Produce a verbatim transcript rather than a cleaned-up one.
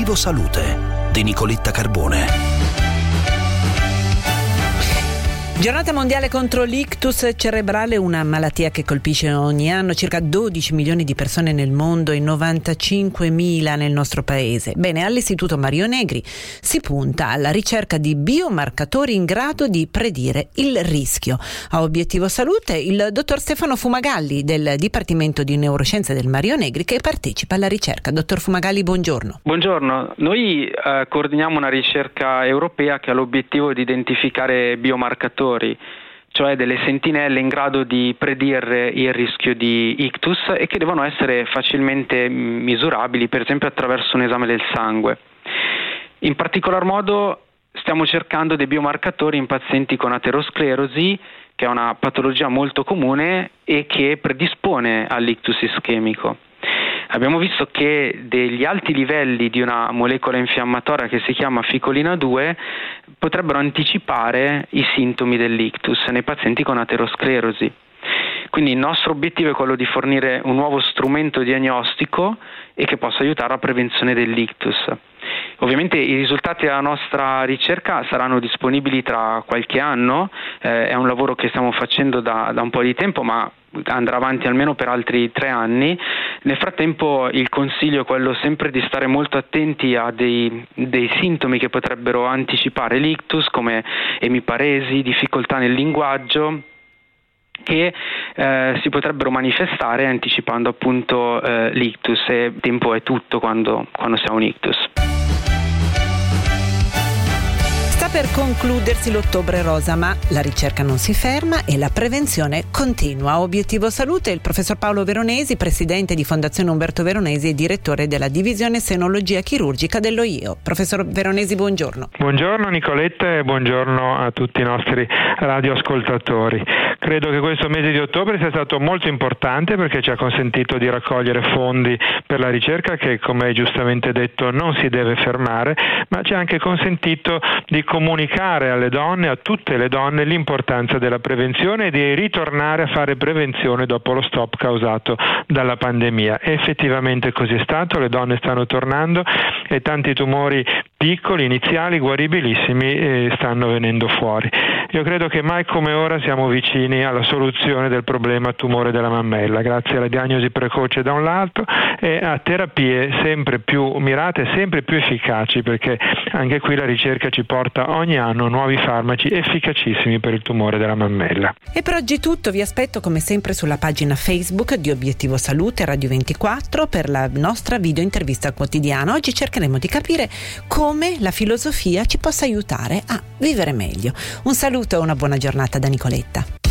Obiettivo Salute di Nicoletta Carbone. Giornata mondiale contro l'ictus cerebrale, una malattia che colpisce ogni anno circa dodici milioni di persone nel mondo e novantacinquemila nel nostro paese. Bene, all'Istituto Mario Negri si punta alla ricerca di biomarcatori in grado di predire il rischio. A Obiettivo Salute il dottor Stefano Fumagalli del Dipartimento di Neuroscienze del Mario Negri che partecipa alla ricerca. Dottor Fumagalli, buongiorno. Buongiorno. Noi eh, coordiniamo una ricerca europea che ha l'obiettivo di identificare biomarcatori, cioè delle sentinelle in grado di predire il rischio di ictus e che devono essere facilmente misurabili, per esempio attraverso un esame del sangue. In particolar modo stiamo cercando dei biomarcatori in pazienti con aterosclerosi, che è una patologia molto comune e che predispone all'ictus ischemico. Abbiamo visto che degli alti livelli di una molecola infiammatoria che si chiama ficolina due potrebbero anticipare i sintomi dell'ictus nei pazienti con aterosclerosi. Quindi il nostro obiettivo è quello di fornire un nuovo strumento diagnostico e che possa aiutare alla prevenzione dell'ictus. Ovviamente i risultati della nostra ricerca saranno disponibili tra qualche anno, eh, è un lavoro che stiamo facendo da, da un po' di tempo, ma andrà avanti almeno per altri tre anni. Nel frattempo il consiglio è quello sempre di stare molto attenti a dei, dei sintomi che potrebbero anticipare l'ictus, come emiparesi, difficoltà nel linguaggio, che eh, si potrebbero manifestare anticipando appunto eh, l'ictus, e il tempo è tutto quando, quando si ha un ictus. Per concludersi l'ottobre rosa, ma la ricerca non si ferma e la prevenzione continua. A Obiettivo Salute il professor Paolo Veronesi, presidente di Fondazione Umberto Veronesi e direttore della divisione senologia chirurgica dello I O. Professor Veronesi, buongiorno. Buongiorno Nicoletta e buongiorno a tutti i nostri radioascoltatori. Credo che questo mese di ottobre sia stato molto importante perché ci ha consentito di raccogliere fondi per la ricerca che, come hai giustamente detto, non si deve fermare, ma ci ha anche consentito di comunicare alle donne, a tutte le donne, l'importanza della prevenzione e di ritornare a fare prevenzione dopo lo stop causato dalla pandemia. E effettivamente così è stato, le donne stanno tornando e tanti tumori piccoli, iniziali, guaribilissimi eh, stanno venendo fuori. Io credo che mai come ora siamo vicini alla soluzione del problema tumore della mammella, grazie alla diagnosi precoce da un lato e a terapie sempre più mirate e sempre più efficaci, perché anche qui la ricerca ci porta ogni anno nuovi farmaci efficacissimi per il tumore della mammella. E per oggi è tutto, vi aspetto come sempre sulla pagina Facebook di Obiettivo Salute Radio ventiquattro per la nostra video intervista quotidiana. Oggi cercheremo di capire come la filosofia ci possa aiutare a vivere meglio. Un saluto e una buona giornata da Nicoletta.